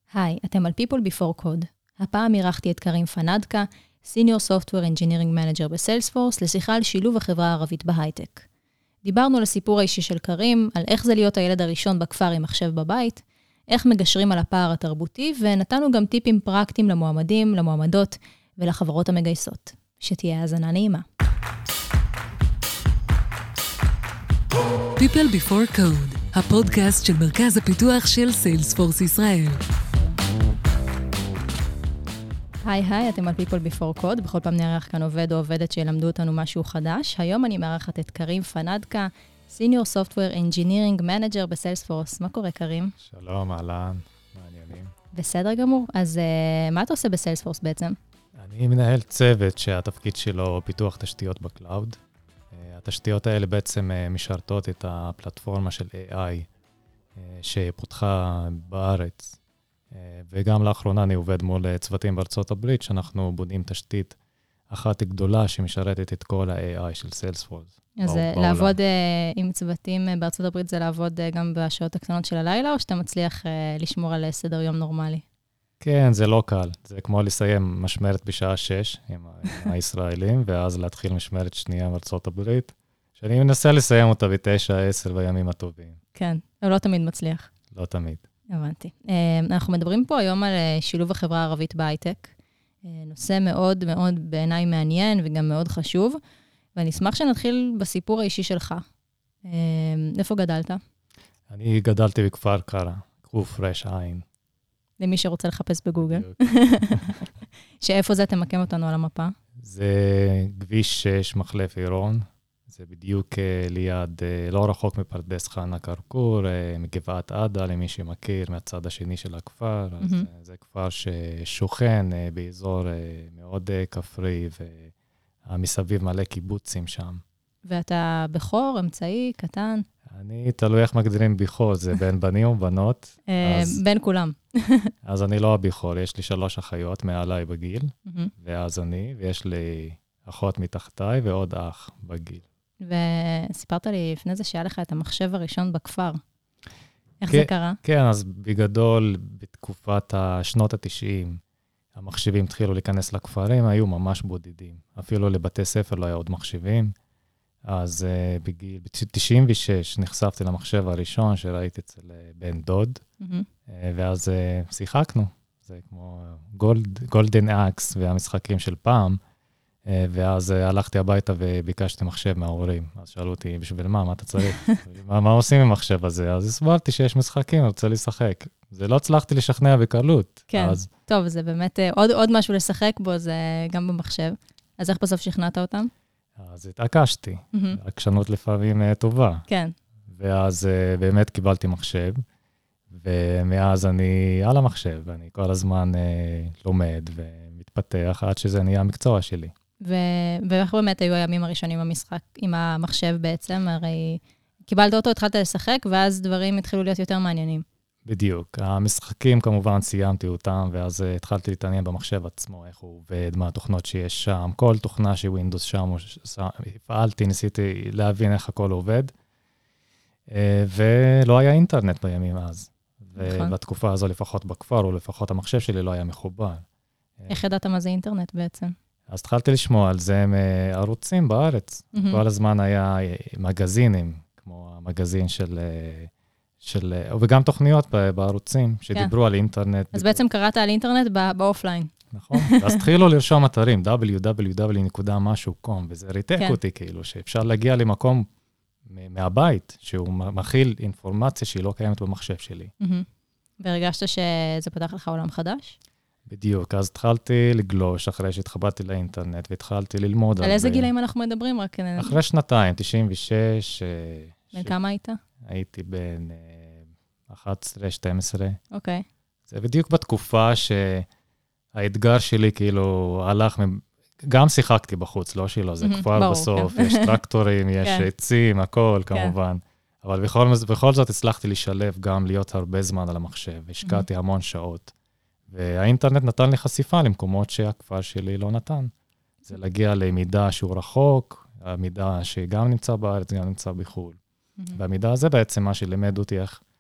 היי, אתם על People Before Code. הפעם אירחתי את קרים פנדקה, Senior Software Engineering Manager בסיילספורס, לשיחה על שילוב החברה הערבית בהייטק. דיברנו על הסיפור האישי של קרים, על איך זה להיות הילד הראשון בכפר עם מחשב בבית, איך מגשרים על הפער התרבותי, ונתנו גם טיפים פרקטיים למועמדים, למועמדות ולחברות המגייסות. שתהיה האזנה נעימה. People Before Code, הפודקאסט של מרכז הפיתוח של סיילספורס ישראל. היי, אתם על People Before Code, בכל פעם נערך כאן עובד או עובדת שילמדו אותנו משהו חדש. היום אני מארחת את קרים פנדקה, Senior Software Engineering Manager בסיילספורס. מה קורה, קרים? שלום, אהלן, מעניינים. בסדר גמור. אז מה אתה עושה בסיילספורס בעצם? אני מנהל צוות שהתפקיד שלו פיתוח תשתיות בקלאוד. התשתיות האלה בעצם משרתות את הפלטפורמה של AI שפותחה בארץ. וגם לאחרונה אני עובד מול צוותים בארצות הברית, שאנחנו בונים תשתית אחת גדולה שמשרתת את כל ה-AI של סיילספורס. אז לעבוד עם צוותים בארצות הברית זה לעבוד גם בשעות הקטנות של הלילה, או שאתה מצליח לשמור על סדר יום נורמלי? כן, זה לא קל. זה כמו לסיים משמרת בשעה 6 עם הישראלים, ואז להתחיל משמרת שנייה בארצות הברית, שאני מנסה לסיים אותה ב9-10 בימים הטובים. כן, אבל לא תמיד מצליח. לא תמיד. הבנתי. אנחנו מדברים פה היום על שילוב החברה הערבית בהייטק. נושא מאוד מאוד בעיניי מעניין וגם מאוד חשוב, ואני אשמח שנתחיל בסיפור האישי שלך. איפה גדלת? אני גדלתי בכפר קרע, כרוף רש עין. למי שרוצה לחפש בגוגל. שאיפה זה תמקם אותנו על המפה? זה כביש 6, מחלף עירון. זה בדיוק ליד, לא רחוק מפרדס חנה כרכור, מגבעת עדה, למי שמכיר, מהצד השני של הכפר. אז זה כפר ששוכן באזור מאוד כפרי, ומסביב מלא קיבוצים שם. ואתה בכור, אמצעי, קטן? אני תלוי איך מגדירים בכור, זה בין בנים ובנות. בין כולם. אז אני לא הבכור, יש לי 3 אחיות מעליי בגיל, ואז אני, ויש לי אחות מתחתיי ועוד אח בגיל. וסיפרת לי לפני זה שהיה לך את המחשב הראשון בכפר. איך זה קרה? כן, אז בגדול, בתקופת שנות ה-90, המחשבים התחילו להיכנס לכפרים, היו ממש בודדים. אפילו לבתי ספר לא היה עוד מחשבים. אז בגיל 96 נחשפתי למחשב הראשון שראיתי אצל בן דוד, ואז שיחקנו. זה כמו גולדן אקס והמשחקים של פעם, ואז הלכתי הביתה וביקשתי מחשב מההורים. אז שאלו אותי, בשביל מה אתה צריך? מה עושים עם המחשב הזה? אז הסברתי שיש משחקים, אני רוצה לשחק. זה לא הצלחתי לשכנע בקלות. כן, טוב, זה באמת עוד משהו לשחק בו, זה גם במחשב. אז איך בסוף שכנעת אותם? אז התעקשתי. עקשנות לפעמים טובה. כן. ואז באמת קיבלתי מחשב, ומאז אני על המחשב, ואני כל הזמן לומד ומתפתח עד שזה נהיה המקצוע שלי. ואיך באמת היו הימים הראשונים במשחק עם המחשב בעצם? הרי קיבלת אותו, התחלת לשחק, ואז דברים התחילו להיות יותר מעניינים. בדיוק. המשחקים כמובן סיימתי אותם, ואז התחלתי להתעניין במחשב עצמו, איך הוא עובד, מה התוכנות שיש שם, כל תוכנה שווינדוס שם, הפעלתי, ניסיתי להבין איך הכל עובד, ולא היה אינטרנט בימים אז. ובתקופה הזו, לפחות בכפר, או לפחות המחשב שלי לא היה מחובר. איך ידעת מה זה אינטרנט בעצם? אז התחלתי לשמוע על זה מערוצים בארץ. כל הזמן היה מגזינים, כמו המגזין וגם תוכניות בערוצים שדיברו על אינטרנט. אז בעצם קראת על אינטרנט באופליין. נכון. אז התחילו לרשום אתרים, www.משהו.com, וזה ריתק אותי כאילו, שאפשר להגיע למקום מהבית, שהוא מכיל אינפורמציה שהיא לא קיימת במחשב שלי. והרגשת שזה פתח לך עולם חדש? בדיוק, אז התחלתי לגלוש אחרי שהתחברתי לאינטרנט, והתחלתי ללמוד על איזה גילאים אנחנו מדברים? אחרי שנתיים, 96. בן כמה היית? הייתי בין 11-12. אוקיי. זה בדיוק בתקופה שהאתגר שלי כאילו הלך, גם שיחקתי בחוץ, לא שלא, זה כבר בסוף, יש טרקטורים, יש עצים, הכל כמובן. אבל בכל זאת הצלחתי לשלב גם להיות הרבה זמן על המחשב, השקעתי המון שעות. והאינטרנט נתן לי חשיפה למקומות שהכפר שלי לא נתן. זה להגיע למידע שהוא רחוק, המידע שגם נמצא בארץ, גם נמצא בחו"ל. והמידע הזה בעצם מה שלימד אותי איך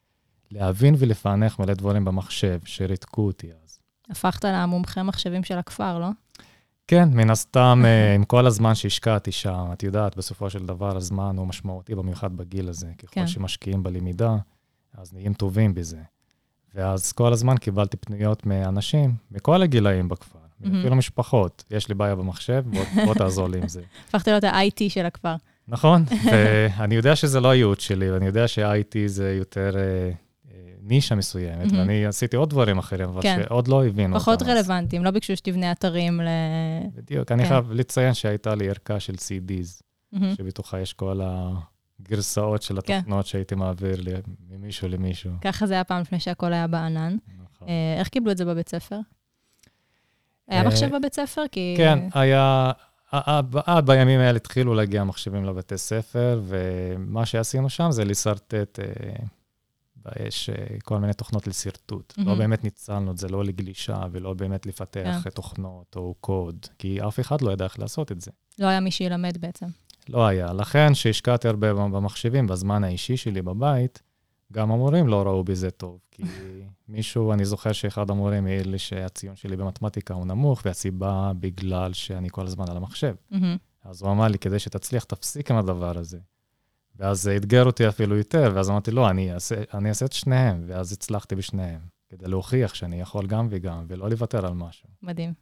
להבין ולפענח מלא דברים במחשב, שריתקו אותי אז. הפכת למומחה מחשבים של הכפר, לא? כן, מן הסתם, עם כל הזמן שהשקעתי שם, את יודעת, בסופו של דבר הזמן הוא משמעותי, במיוחד בגיל הזה. ככל שמשקיעים בלמידה, אז נהיים טובים בזה. ואז כל הזמן קיבלתי פניות מאנשים, מכל הגילאים בכפר, אפילו משפחות. יש לי בעיה במחשב, בוא תעזור לי עם זה. הפכת להיות ה-IT של הכפר. נכון, ואני יודע שזה לא הייעוד שלי, ואני יודע ש-IT זה יותר נישה מסוימת, ואני עשיתי עוד דברים אחרים, אבל שעוד לא הבינו. פחות רלוונטיים, לא ביקשו שתבנה אתרים בדיוק, אני חייב לציין שהייתה לי ערכה של CDs, שבתוכה יש כל הגרסאות של התוכנות שהייתי מעביר ממישהו למישהו. ככה זה היה פעם לפני שהכל היה בענן. איך קיבלו את זה בבית ספר? היה מחשב בבית ספר? כן, היה... עד בימים האלה התחילו להגיע מחשבים לבתי ספר, ומה שעשינו שם זה לסרטט, יש כל מיני תוכנות לסרטוט. לא באמת ניצלנו את זה, לא לגלישה, ולא באמת לפתח תוכנות או קוד, כי אף אחד לא ידע איך לעשות את זה. לא היה מי שילמד בעצם. לא היה. לכן שהשקעתי הרבה במחשבים, בזמן האישי שלי בבית, גם המורים לא ראו בזה טוב, כי מישהו, אני זוכר שאחד המורים העיר לי שהציון שלי במתמטיקה הוא נמוך, והסיבה בגלל שאני כל הזמן על המחשב. אז הוא אמר לי, כדי שתצליח, תפסיק עם הדבר הזה. ואז זה התגר אותי אפילו יותר, ואז אמרתי, לא, אני אעשה את שניהם, ואז הצלחתי בשניהם, כדי להוכיח שאני יכול גם וגם, ולא לוותר על משהו. מדהים.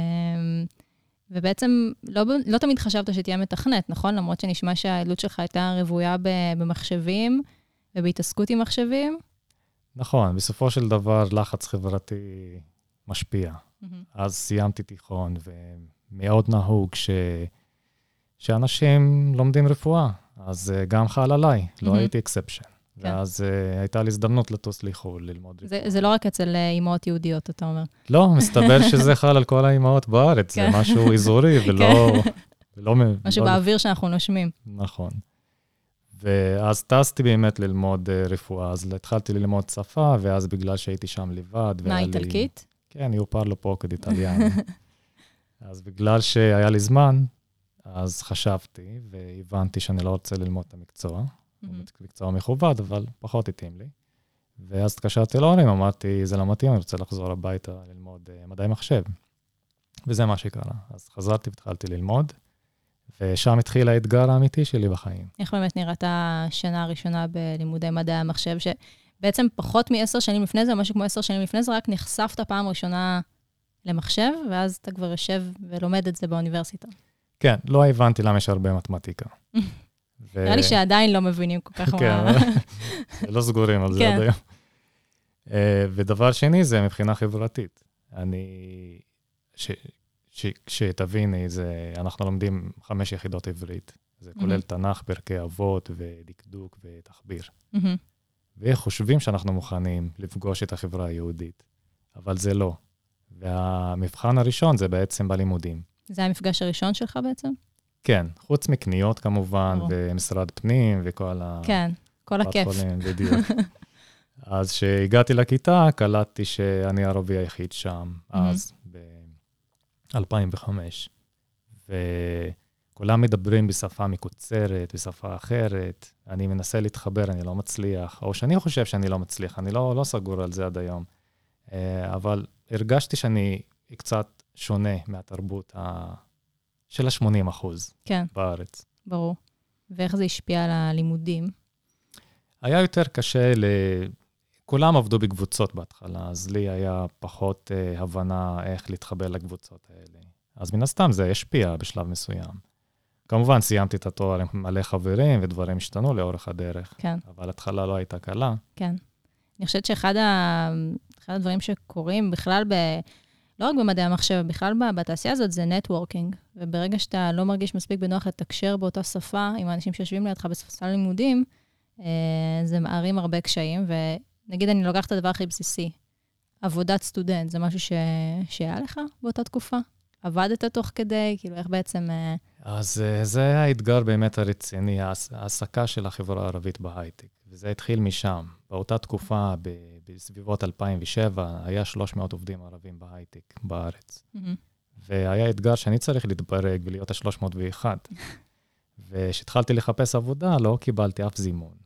ובעצם לא תמיד חשבת שתהיה מתכנת, נכון? למרות שנשמע שהעלות שלך הייתה רבויה במחשבים, ובהתעסקות עם מחשבים? נכון, בסופו של דבר לחץ חברתי משפיע. אז סיימתי תיכון, ומאוד נהוג שאנשים לומדים רפואה, אז גם חל עליי, לא הייתי אקספשן. ואז הייתה לי הזדמנות לטוס לחו"ל, ללמוד רפואה. זה לא רק אצל אימהות יהודיות, אתה אומר. לא, מסתבר שזה חל על כל האימהות בארץ, זה משהו אזורי ולא... משהו באוויר שאנחנו נושמים. נכון. ואז טסתי באמת ללמוד רפואה, אז התחלתי ללמוד שפה, ואז בגלל שהייתי שם לבד... מה, איטלקית? כן, io parlo poco di italiano. אז בגלל שהיה לי זמן, אז חשבתי, והבנתי שאני לא רוצה ללמוד את המקצוע, מקצוע מכובד, אבל פחות התאים לי. ואז התקשרתי להורים, אמרתי, זה לא מתאים, אני רוצה לחזור הביתה ללמוד מדעי מחשב. וזה מה שקרה. אז חזרתי והתחלתי ללמוד, ושם התחיל האתגר האמיתי שלי בחיים. איך באמת נראית השנה הראשונה בלימודי מדעי המחשב, שבעצם פחות מ10 שנים לפני זה, או משהו כמו 10 שנים לפני זה, רק נחשפת פעם ראשונה למחשב, ואז אתה כבר יושב ולומד את זה באוניברסיטה. כן, לא הבנתי למה יש הרבה מתמטיקה. נראה לי שעדיין לא מבינים כל כך כן, לא סגורים על זה עד היום. ודבר שני זה מבחינה חברתית. שתביני, אנחנו לומדים 5 יחידות עברית. זה כולל תנ"ך, פרקי אבות ודקדוק ותחביר. וחושבים שאנחנו מוכנים לפגוש את החברה היהודית, אבל זה לא. והמבחן הראשון זה בעצם בלימודים. זה המפגש הראשון שלך בעצם? כן, חוץ מקניות כמובן, ומשרד פנים וכל כן, כל הכיף. בדיוק. אז שהגעתי לכיתה, קלטתי שאני ערבי היחיד שם, אז ב-2005. וכולם מדברים בשפה מקוצרת, בשפה אחרת. אני מנסה להתחבר, אני לא מצליח, או שאני חושב שאני לא מצליח, אני לא סגור על זה עד היום. אבל הרגשתי שאני קצת שונה מהתרבות של ה-80% כן. בארץ. ברור. ואיך זה השפיע על הלימודים? היה יותר קשה כולם עבדו בקבוצות בהתחלה, אז לי היה פחות הבנה איך להתחבר לקבוצות האלה. אז מן הסתם זה השפיע בשלב מסוים. כמובן סיימתי את התואר עם מלא חברים, ודברים השתנו לאורך הדרך. כן. אבל התחלה לא הייתה קלה. כן. אני חושבת שאחד הדברים שקורים בכלל לא רק במדעי המחשב, בכלל בתעשייה הזאת זה נטוורקינג. וברגע שאתה לא מרגיש מספיק בנוח לתקשר באותה שפה עם האנשים שיושבים לידך בספסל לימודים, זה מערים הרבה קשיים, ונגיד אני לוקחת את הדבר הכי בסיסי, עבודת סטודנט, זה משהו שהיה לך באותה תקופה? עבדת תוך כדי? כאילו איך בעצם... אז זה האתגר באמת הרציני, העסקה של החברה הערבית בהייטק, וזה התחיל משם. באותה תקופה, בסביבות 2007, היה 300 עובדים ערבים בהייטק בארץ. והיה אתגר שאני צריך להתברג ולהיות ה-301. ושהתחלתי לחפש עבודה, לא קיבלתי אף זימון.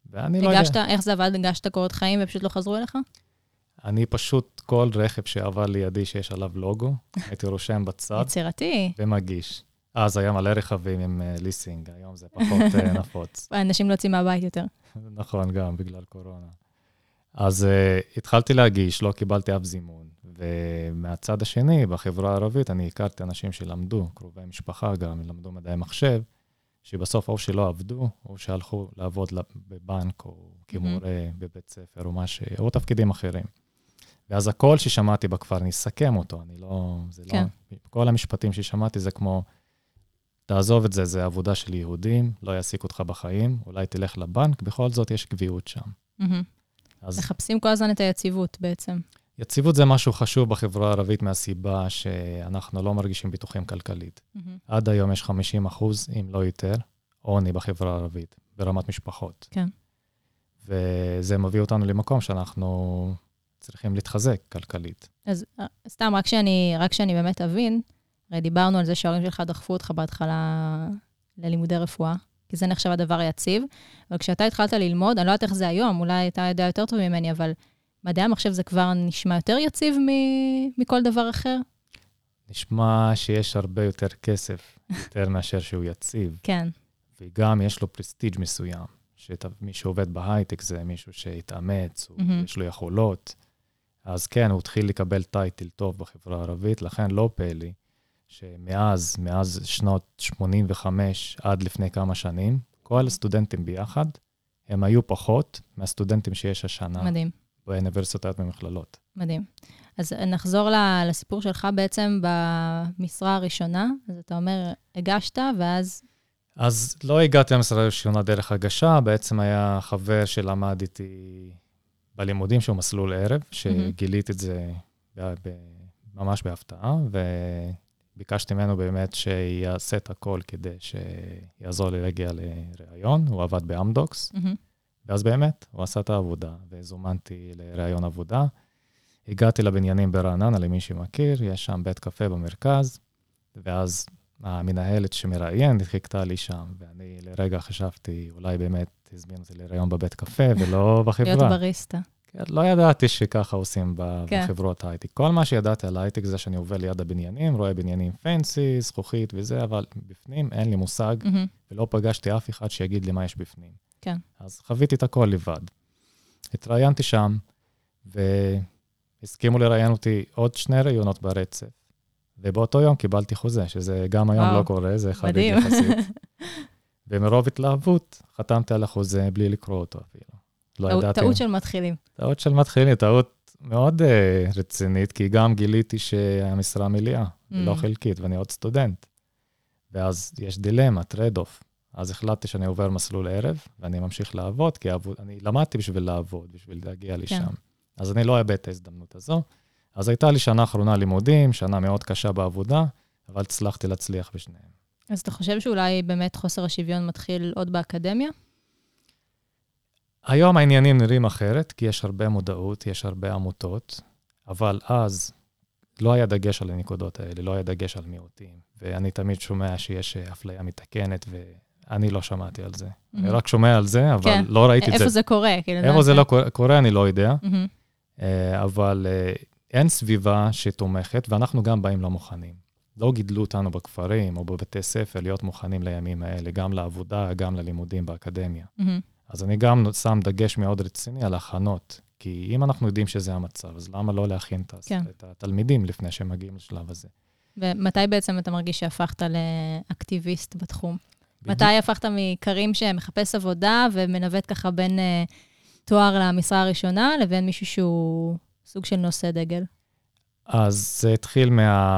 ואני לא יודע. איך זה עבד? הגשת קורות חיים ופשוט לא חזרו אליך? אני פשוט, כל רכב שעבר לידי שיש עליו לוגו, הייתי רושם בצד. יצירתי. ומגיש. אז היה מלא רכבים עם ליסינג, היום זה פחות נפוץ. אנשים לא יוצאים מהבית יותר. נכון, גם בגלל קורונה. אז התחלתי להגיש, לא קיבלתי אף זימון. ומהצד השני, בחברה הערבית, אני הכרתי אנשים שלמדו, קרובי משפחה גם, למדו מדעי מחשב, שבסוף או שלא עבדו, או שהלכו לעבוד בבנק, או כמורה בבית ספר, או משהו, או תפקידים אחרים. ואז הכל ששמעתי בכפר, אני אסכם אותו, אני לא, זה כן. לא, כל המשפטים ששמעתי זה כמו, תעזוב את זה, זה עבודה של יהודים, לא יעסיק אותך בחיים, אולי תלך לבנק, בכל זאת יש קביעות שם. אז מחפשים כל הזמן את היציבות בעצם. יציבות זה משהו חשוב בחברה הערבית מהסיבה שאנחנו לא מרגישים ביטוחים כלכלית. עד היום יש 50%, אם לא יותר, עוני בחברה הערבית, ברמת משפחות. כן. וזה מביא אותנו למקום שאנחנו צריכים להתחזק כלכלית. אז סתם, רק שאני באמת אבין, הרי דיברנו על זה שההורים שלך דחפו אותך בהתחלה ללימודי רפואה, כי זה נחשב הדבר היציב, אבל כשאתה התחלת ללמוד, אני לא יודעת איך זה היום, אולי אתה יודע יותר טוב ממני, אבל מדעי המחשב זה כבר נשמע יותר יציב מכל דבר אחר? נשמע שיש הרבה יותר כסף, יותר מאשר שהוא יציב. כן. וגם יש לו פרסטיג' מסוים, שמי שעובד בהייטק זה מישהו שהתאמץ, יש לו יכולות. אז כן, הוא התחיל לקבל טייטל טוב בחברה הערבית, לכן לא פלא שמאז שנות 85 עד לפני כמה שנים, כל הסטודנטים ביחד, הם היו פחות מהסטודנטים שיש השנה. מדהים. באוניברסיטאות ומכללות. מדהים. אז נחזור לסיפור שלך בעצם במשרה הראשונה. אז אתה אומר, הגשת ואז... אז לא הגעתי למשרה הראשונה דרך הגשה, בעצם היה חבר שלמד איתי בלימודים שהוא מסלול ערב, שגיליתי את זה ממש בהפתעה, וביקשתי ממנו באמת שיעשה את הכל כדי שיעזור לי להגיע לראיון. הוא עבד באמדוקס, ואז באמת הוא עשה את העבודה, וזומנתי לראיון עבודה. הגעתי לבניינים ברעננה, למי שמכיר, יש שם בית קפה במרכז, ואז המנהלת שמראיין חיכתה לי שם, ואני לרגע חשבתי, אולי באמת הזמין אותי לראיון בבית קפה, ולא בחברה. להיות בריסטה. לא ידעתי שככה עושים בחברות הייטק. כל מה שידעתי על הייטק זה שאני עובר ליד הבניינים, רואה בניינים פנסי, זכוכית וזה, אבל בפנים אין לי מושג, ולא פגשתי אף אחד שיגיד לי מה יש בפנים. כן. אז חוויתי את הכל לבד. התראיינתי שם, והסכימו לראיין אותי עוד 2 ראיונות ברצף, ובאותו יום קיבלתי חוזה, שזה גם היום לא קורה, זה חריג יחסית. ומרוב התלהבות, חתמתי על החוזה בלי לקרוא אותו אפילו. טעות של מתחילים. טעות של מתחילים, טעות מאוד רצינית, כי גם גיליתי שהמשרה מלאה, לא חלקית, ואני עוד סטודנט. ואז יש דילמה, טרייד-אוף. אז החלטתי שאני עובר מסלול ערב, ואני ממשיך לעבוד, כי אני למדתי בשביל לעבוד, בשביל להגיע לשם. אז אני לא אאבד את ההזדמנות הזו. אז הייתה לי שנה אחרונה לימודים, שנה מאוד קשה בעבודה, אבל הצלחתי להצליח בשניהם. אז אתה חושב שאולי באמת חוסר השוויון מתחיל עוד באקדמיה? היום העניינים נראים אחרת, כי יש הרבה מודעות, יש הרבה עמותות, אבל אז לא היה דגש על הנקודות האלה, לא היה דגש על מיעוטים. ואני תמיד שומע שיש אפליה מתקנת, ואני לא שמעתי על זה. אני רק שומע על זה, אבל לא ראיתי את זה. איפה זה קורה? איפה זה לא קורה, אני לא יודע. אבל אין סביבה שתומכת, ואנחנו גם באים לא מוכנים. לא גידלו אותנו בכפרים או בבתי ספר להיות מוכנים לימים האלה, גם לעבודה, גם ללימודים באקדמיה. אז אני גם שם דגש מאוד רציני על הכנות, כי אם אנחנו יודעים שזה המצב, אז למה לא להכין את התלמידים לפני שהם מגיעים לשלב הזה? ומתי בעצם אתה מרגיש שהפכת לאקטיביסט בתחום? מתי הפכת מקרים שמחפש עבודה ומנווט ככה בין תואר למשרה הראשונה, לבין מישהו שהוא סוג של נושא דגל? אז זה התחיל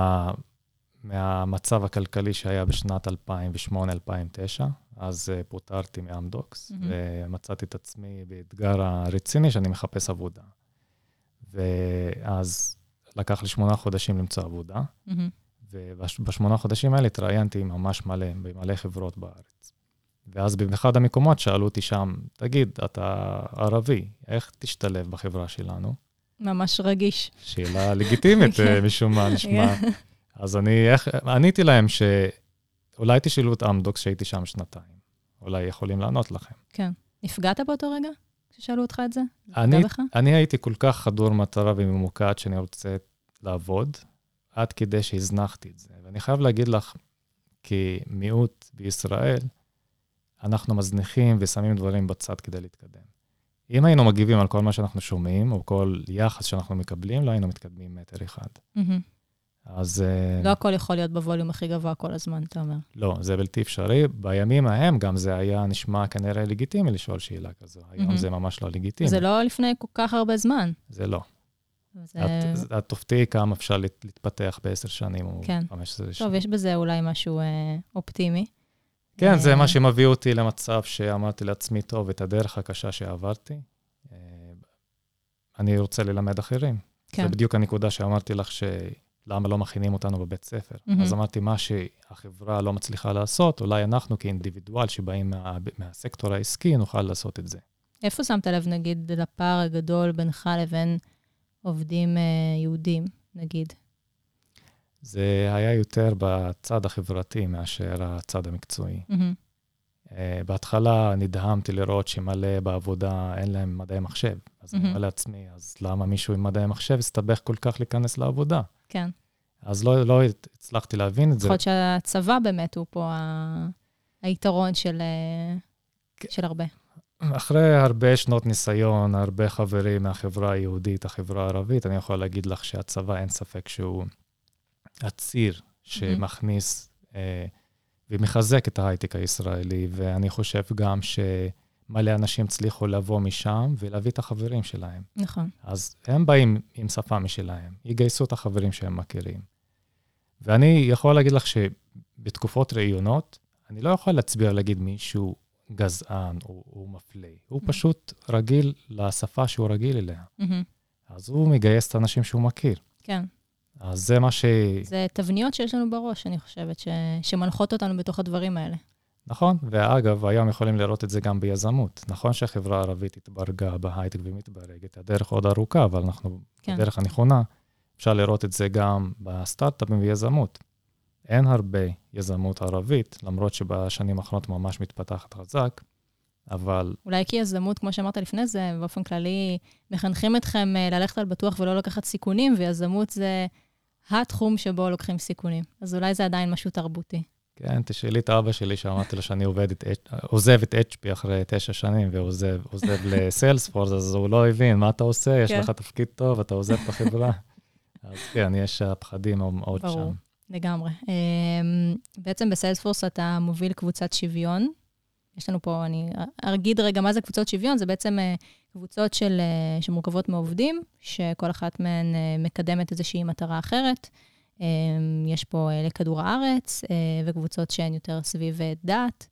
מהמצב הכלכלי שהיה בשנת 2008-2009, אז פוטרתי מאמדוקס, ומצאתי את עצמי באתגר הרציני שאני מחפש עבודה. ואז לקח לי 8 חודשים למצוא עבודה, וב8 חודשים האלה התראיינתי ממש מלא, במלא חברות בארץ. ואז באחד המקומות שאלו אותי שם, תגיד, אתה ערבי, איך תשתלב בחברה שלנו? ממש רגיש. שאלה לגיטימית, משום מה נשמע. אז עניתי להם שאולי תשאלו את אמדוקס שהייתי שם 2 שנתיים. אולי יכולים לענות לכם. כן. נפגעת באותו רגע, כששאלו אותך את זה? אני הייתי כל כך חדור מטרה וממוקד שאני רוצה לעבוד, עד כדי שהזנחתי את זה. ואני חייב להגיד לך, כמיעוט בישראל, אנחנו מזניחים ושמים דברים בצד כדי להתקדם. אם היינו מגיבים על כל מה שאנחנו שומעים, או כל יחס שאנחנו מקבלים, לא היינו מתקדמים מטר אחד. אז... לא הכל יכול להיות בווליום הכי גבוה כל הזמן, אתה אומר. לא, זה בלתי אפשרי. בימים ההם גם זה היה נשמע כנראה לגיטימי לשאול שאלה כזו. היום זה ממש לא לגיטימי. זה לא לפני כל כך הרבה זמן. זה לא. את תופתעי כמה אפשר להתפתח ב10 שנים או 15 שנים. טוב, יש בזה אולי משהו אופטימי. כן, זה מה שמביא אותי למצב שאמרתי לעצמי, טוב, את הדרך הקשה שעברתי, אני רוצה ללמד אחרים. זה בדיוק הנקודה שאמרתי לך למה לא מכינים אותנו בבית ספר. אז אמרתי, מה שהחברה לא מצליחה לעשות, אולי אנחנו כאינדיבידואל שבאים מהסקטור העסקי, נוכל לעשות את זה. איפה שמת לב, נגיד, לפער הגדול בינך לבין עובדים יהודים, נגיד? זה היה יותר בצד החברתי מאשר הצד המקצועי. בהתחלה נדהמתי לראות שמלא בעבודה אין להם מדעי מחשב. אז אני אומר לעצמי, אז למה מישהו עם מדעי מחשב הסתבך כל כך להיכנס לעבודה? כן. אז לא הצלחתי להבין את זה. יכול להיות שהצבא באמת הוא פה היתרון של הרבה. אחרי הרבה שנות ניסיון, הרבה חברים מהחברה היהודית, החברה הערבית, אני יכול להגיד לך שהצבא אין ספק שהוא הציר שמכניס ומחזק את ההייטק הישראלי, ואני חושב גם שמלא אנשים הצליחו לבוא משם ולהביא את החברים שלהם. נכון. אז הם באים עם שפה משלהם, יגייסו את החברים שהם מכירים. ואני יכול להגיד לך שבתקופות ראיונות, אני לא יכול להצביע להגיד מישהו גזען או מפלה. הוא פשוט רגיל לשפה שהוא רגיל אליה. אז הוא מגייס את האנשים שהוא מכיר. כן. אז זה מה זה תבניות שיש לנו בראש, אני חושבת, שמנחות אותנו בתוך הדברים האלה. נכון, ואגב, היום יכולים לראות את זה גם ביזמות. נכון שהחברה הערבית התברגה בהייטק ומתברגת, הדרך עוד ארוכה, אבל אנחנו בדרך הנכונה, אפשר לראות את זה גם בסטארט-אפים ויזמות. אין הרבה יזמות ערבית, למרות שבשנים האחרונות ממש מתפתחת חזק, אבל... אולי כי יזמות, כמו שאמרת לפני זה, באופן כללי, מחנכים אתכם ללכת על בטוח ולא לקחת סיכונים, ויזמות זה התחום שבו לוקחים סיכונים. אז אולי זה עדיין משהו תרבותי. כן, תשאלי את אבא שלי שאמרתי לו שאני עוזב את HP אחרי 9 שנים, ועוזב לסיילספורס, אז הוא לא הבין, מה אתה עושה? יש לך תפקיד טוב, אתה עוזב את החברה. אז כן, יש הפחדים מאוד שם. ברור, לגמרי. בעצם בסיילספורס אתה מוביל קבוצת שוויון. יש לנו פה, אני אגיד רגע מה זה קבוצות שוויון, זה בעצם קבוצות שמורכבות מעובדים, שכל אחת מהן מקדמת איזושהי מטרה אחרת. יש פה לכדור הארץ, וקבוצות שהן יותר סביב דת,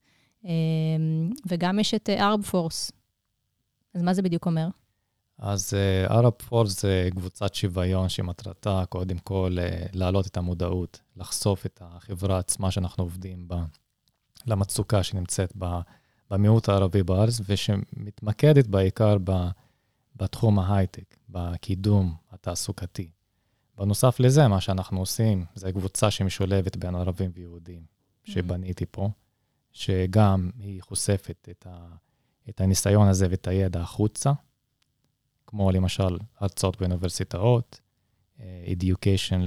וגם יש את Arab Force. אז מה זה בדיוק אומר? אז Arab Force זה קבוצת שוויון שמטרתה קודם כל להעלות את המודעות, לחשוף את החברה עצמה שאנחנו עובדים בה, למצוקה שנמצאת במיעוט הערבי בארץ, ושמתמקדת בעיקר בתחום ההייטק, בקידום התעסוקתי. בנוסף לזה, מה שאנחנו עושים, זה קבוצה שמשולבת בין ערבים ויהודים, שבניתי פה, שגם היא חושפת את הניסיון הזה ואת הידע החוצה, כמו למשל הרצאות באוניברסיטאות, education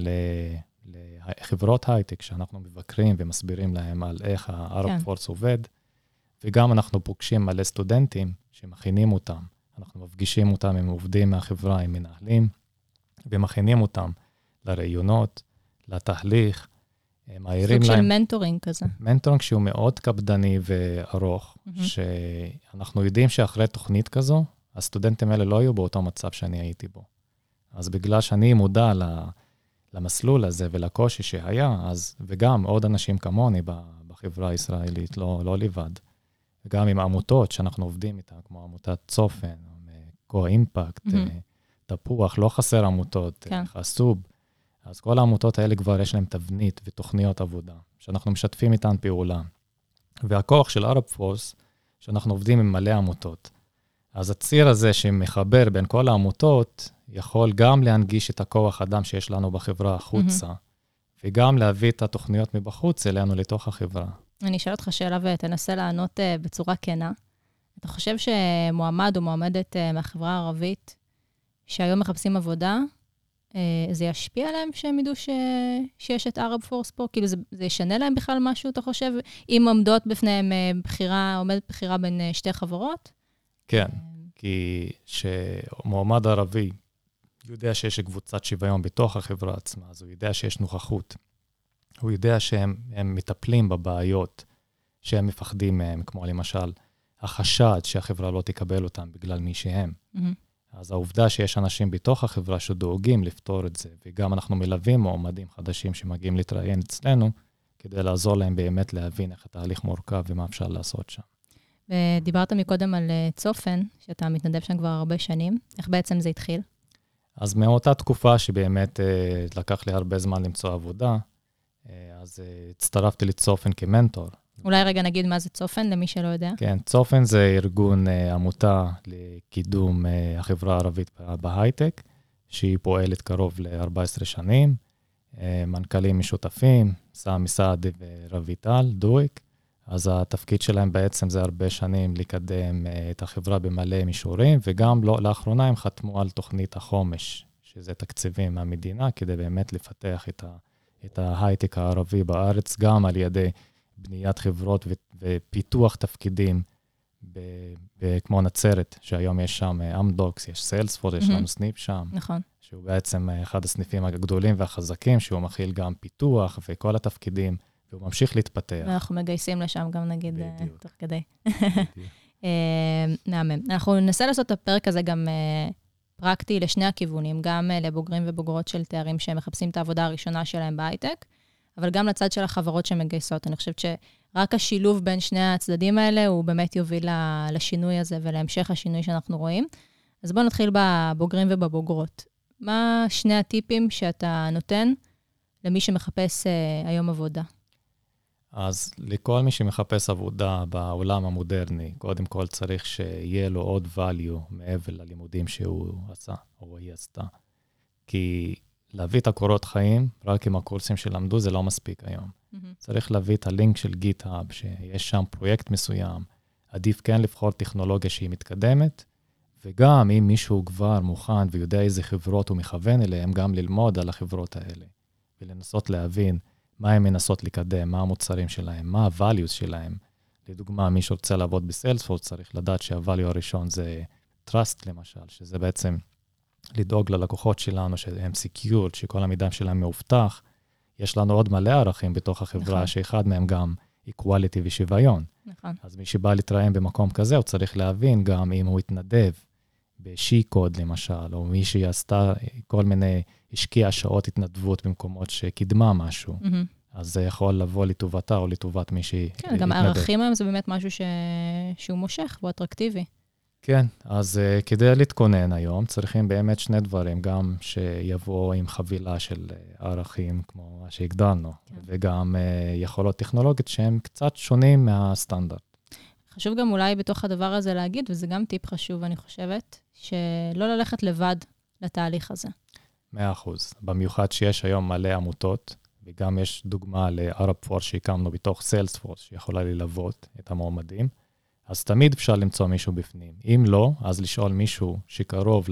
לחברות הייטק, שאנחנו מבקרים ומסבירים להם על איך ה-Arab Force עובד, וגם אנחנו פוגשים מלא סטודנטים שמכינים אותם, אנחנו מפגישים אותם עם עובדים מהחברה, עם מנהלים, ומכינים אותם לרעיונות, לתהליך, מהירים להם. סוג של מנטורינג כזה. מנטורינג שהוא מאוד קפדני וארוך, שאנחנו יודעים שאחרי תוכנית כזו, הסטודנטים האלה לא היו באותו מצב שאני הייתי בו. אז בגלל שאני מודע למסלול הזה ולקושי שהיה, אז, וגם עוד אנשים כמוני בחברה הישראלית, לא לבד. וגם עם עמותות שאנחנו עובדים איתן, כמו עמותת צופן, קו-אימפקט, תפוח, לא חסר עמותות, חסוב. אז כל העמותות האלה כבר יש להם תבנית ותוכניות עבודה, שאנחנו משתפים איתן פעולה. והכוח של Arab Force, שאנחנו עובדים עם מלא עמותות. אז הציר הזה שמחבר בין כל העמותות, יכול גם להנגיש את הכוח אדם שיש לנו בחברה החוצה, וגם להביא את התוכניות מבחוץ אלינו לתוך החברה. אני אשאל אותך שאלה ותנסה לענות בצורה כנה. אתה חושב שמועמד או מועמדת מהחברה הערבית, שהיום מחפשים עבודה, זה ישפיע עליהם שהם ידעו שיש את Arab Force פה? כאילו זה ישנה להם בכלל משהו, אתה חושב? אם עומדות בפניהם עומדת בחירה בין שתי חברות? כן, כי שמועמד ערבי יודע שיש קבוצת שוויון בתוך החברה עצמה, אז הוא יודע שיש נוכחות. הוא יודע שהם מטפלים בבעיות שהם מפחדים מהם, כמו למשל החשד שהחברה לא תקבל אותם בגלל מי שהם. אז העובדה שיש אנשים בתוך החברה שדואגים לפתור את זה, וגם אנחנו מלווים מועמדים חדשים שמגיעים להתראיין אצלנו, כדי לעזור להם באמת להבין איך התהליך מורכב ומה אפשר לעשות שם. ודיברת מקודם על צופן, שאתה מתנדב שם כבר הרבה שנים. איך בעצם זה התחיל? אז מאותה תקופה שבאמת לקח לי הרבה זמן למצוא עבודה, אז הצטרפתי לצופן כמנטור. אולי רגע נגיד מה זה צופן, למי שלא יודע. כן, צופן זה ארגון עמותה לקידום החברה הערבית בהייטק, שהיא פועלת קרוב ל-14 שנים, מנכ"לים משותפים, סמי סעדי ורביטל דויק, אז התפקיד שלהם בעצם זה הרבה שנים לקדם את החברה במלא מישורים, וגם לאחרונה הם חתמו על תוכנית החומש, שזה תקציבים מהמדינה, כדי באמת לפתח את ההייטק הערבי בארץ, גם על ידי בניית חברות ופיתוח תפקידים, כמו נצרת, שהיום יש שם אמדוקס, יש סיילספורס, יש לנו סניף שם. נכון. שהוא בעצם אחד הסניפים הגדולים והחזקים, שהוא מכיל גם פיתוח וכל התפקידים, והוא ממשיך להתפתח. ואנחנו מגייסים לשם גם נגיד תוך כדי. נאמן. אנחנו ננסה לעשות את הפרק הזה גם פרקטי לשני הכיוונים, גם לבוגרים ובוגרות של תארים שמחפשים את העבודה הראשונה שלהם בהייטק, אבל גם לצד של החברות שמגייסות. אני חושבת שרק השילוב בין שני הצדדים האלה, הוא באמת יוביל לשינוי הזה ולהמשך השינוי שאנחנו רואים. אז בואו נתחיל בבוגרים ובבוגרות. מה שני הטיפים שאתה נותן למי שמחפש היום עבודה? אז לכל מי שמחפש עבודה בעולם המודרני, קודם כל צריך שיהיה לו עוד value מעבר ללימודים שהוא עשה או היא עשתה. כי להביא את הקורות חיים, רק עם הקורסים שלמדו, זה לא מספיק היום. צריך להביא את הלינק של גיט-האב, שיש שם פרויקט מסוים, עדיף כן לבחור טכנולוגיה שהיא מתקדמת, וגם אם מישהו כבר מוכן ויודע איזה חברות הוא מכוון אליהם, גם ללמוד על החברות האלה, ולנסות להבין מה הם מנסות לקדם, מה המוצרים שלהם, מה ה-values שלהם. לדוגמה, מי שרוצה לעבוד בסיילספורס, צריך לדעת שה-value הראשון זה trust למשל, שזה בעצם לדאוג ללקוחות שלנו, שהם secure, שכל המידע שלהם מאובטח. יש לנו עוד מלא ערכים בתוך החברה, נכון. שאחד מהם גם equality ושוויון. נכון. אז מי שבא להתראיין במקום כזה, הוא צריך להבין גם אם הוא יתנדב בשי-קוד למשל, או מי שעשתה כל מיני, השקיע שעות התנדבות במקומות שקידמה משהו. אז זה יכול לבוא לטובתה או לטובת מי שהתנדב. כן, גם הערכים היום זה באמת משהו שהוא מושך, הוא אטרקטיבי. כן, אז כדי להתכונן היום, צריכים באמת שני דברים, גם שיבוא עם חבילה של ערכים, כמו מה שהגדלנו, כן. וגם יכולות טכנולוגיות שהן קצת שונים מהסטנדרט. חשוב גם אולי בתוך הדבר הזה להגיד, וזה גם טיפ חשוב, אני חושבת, שלא ללכת לבד לתהליך הזה. 100%. במיוחד שיש היום מלא עמותות, וגם יש דוגמה ל-Arab Force שהקמנו בתוך Salesforce, שיכולה ללוות את המועמדים, אז תמיד אפשר למצוא מישהו בפנים. אם לא, אז לשאול מישהו שקרוב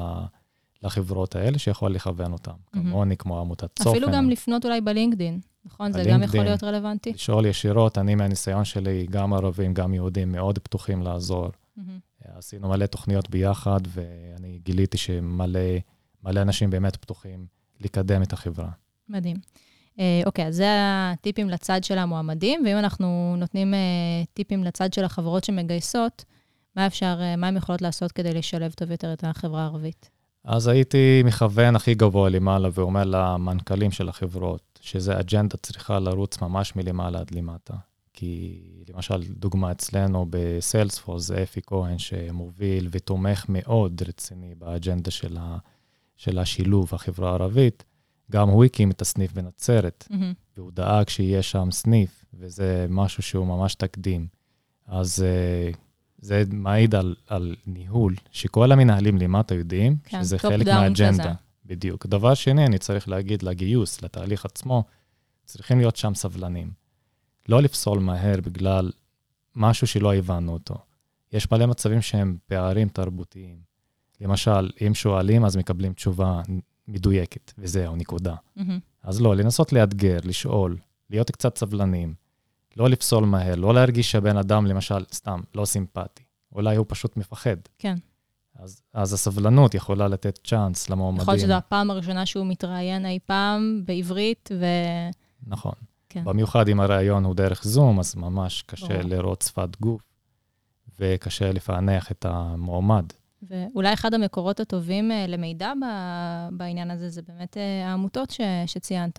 לחברות האלה, שיכול לכוון אותם. כמוני, כמו עמותת צופן. אפילו גם לפנות אולי בלינקדין, נכון? זה גם יכול להיות רלוונטי. לשאול ישירות, אני מהניסיון שלי, גם ערבים, גם יהודים, מאוד פתוחים לעזור. עשינו מלא תוכניות ביחד, ואני גיליתי שמלא אנשים באמת פתוחים לקדם את החברה. מדהים. אוקיי, אז זה הטיפים לצד של המועמדים, ואם אנחנו נותנים טיפים לצד של החברות שמגייסות, מה הם יכולות לעשות כדי לשלב טוב יותר את החברה הערבית? אז הייתי מכוון הכי גבוה למעלה, ואומר למנכ"לים של החברות, שזה אג'נדה צריכה לרוץ ממש מלמעלה עד למטה. כי למשל, דוגמה אצלנו בסיילספורס, זה אפי כהן שמוביל ותומך מאוד רציני באג'נדה של השילוב החברה הערבית, גם הוא הקים את הסניף בנצרת, והוא דאג שיהיה שם סניף, וזה משהו שהוא ממש תקדים. אז זה מעיד על ניהול, שכל המנהלים למטה יודעים, שזה חלק מהאג'נדה. בדיוק. דבר שני, אני צריך להגיד לגיוס, לתהליך עצמו, צריכים להיות שם סבלנים. לא לפסול מהר בגלל משהו שלא הבנו אותו. יש מלא מצבים שהם פערים תרבותיים. למשל, אם שואלים, אז מקבלים תשובה מדויקת, וזהו, נקודה. אז לא, לנסות לאתגר, לשאול, להיות קצת סבלנים, לא לפסול מהר, לא להרגיש שהבן אדם, למשל, סתם, לא סימפטי. אולי הוא פשוט מפחד. כן. אז הסבלנות יכולה לתת צ'אנס למועמדים. יכול להיות שזו הפעם הראשונה שהוא מתראיין אי פעם בעברית, נכון. כן. במיוחד אם הרעיון הוא דרך זום, אז ממש קשה לראות שפת גוף, וקשה לפענח את המועמד. ואולי אחד המקורות הטובים למידע בעניין הזה, זה באמת העמותות שציינת.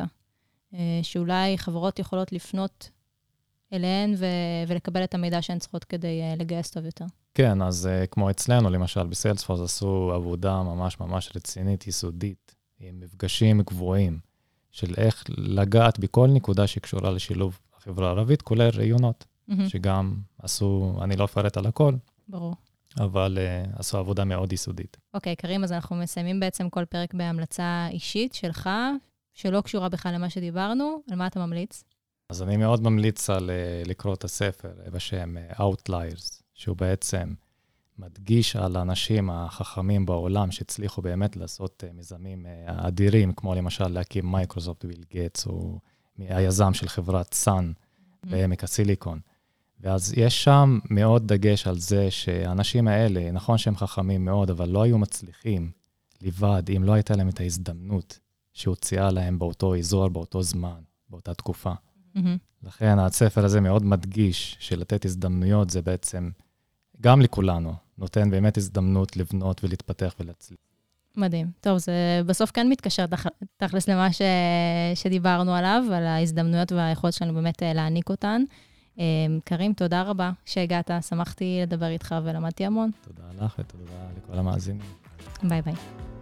שאולי חברות יכולות לפנות אליהן ולקבל את המידע שהן צריכות כדי לגייס טוב יותר. כן, אז כמו אצלנו, למשל, בסיילספורס עשו עבודה ממש ממש רצינית, יסודית, עם מפגשים קבועים, של איך לגעת בכל נקודה שקשורה לשילוב החברה הערבית, כולל רעיונות, שגם עשו, אני לא אפרט על הכל, ברור. אבל עשו עבודה מאוד יסודית. אוקיי, קרים, אז אנחנו מסיימים בעצם כל פרק בהמלצה אישית שלך, שלא קשורה בכלל למה שדיברנו. על מה אתה ממליץ? אז אני מאוד ממליץ על לקרוא את הספר בשם Outliers, שהוא בעצם מדגיש על האנשים החכמים בעולם שהצליחו באמת לעשות מיזמים אדירים, כמו למשל להקים מייקרוסופט, ביל גייטס, או היזם של חברת סאן בעמק הסיליקון. ואז יש שם מאוד דגש על זה שהאנשים האלה, נכון שהם חכמים מאוד, אבל לא היו מצליחים לבד, אם לא הייתה להם את ההזדמנות שהוציאה להם באותו אזור, באותו זמן, באותה תקופה. לכן הספר הזה מאוד מדגיש שלתת הזדמנויות זה בעצם גם לכולנו, נותן באמת הזדמנות לבנות ולהתפתח ולהצליח. מדהים. טוב, זה בסוף כאן מתקשר תכלס למה שדיברנו עליו, על ההזדמנויות והיכולת שלנו באמת להעניק אותן. קרים, תודה רבה שהגעת, שמחתי לדבר איתך ולמדתי המון. תודה לך ותודה לכל המאזינים. ביי ביי.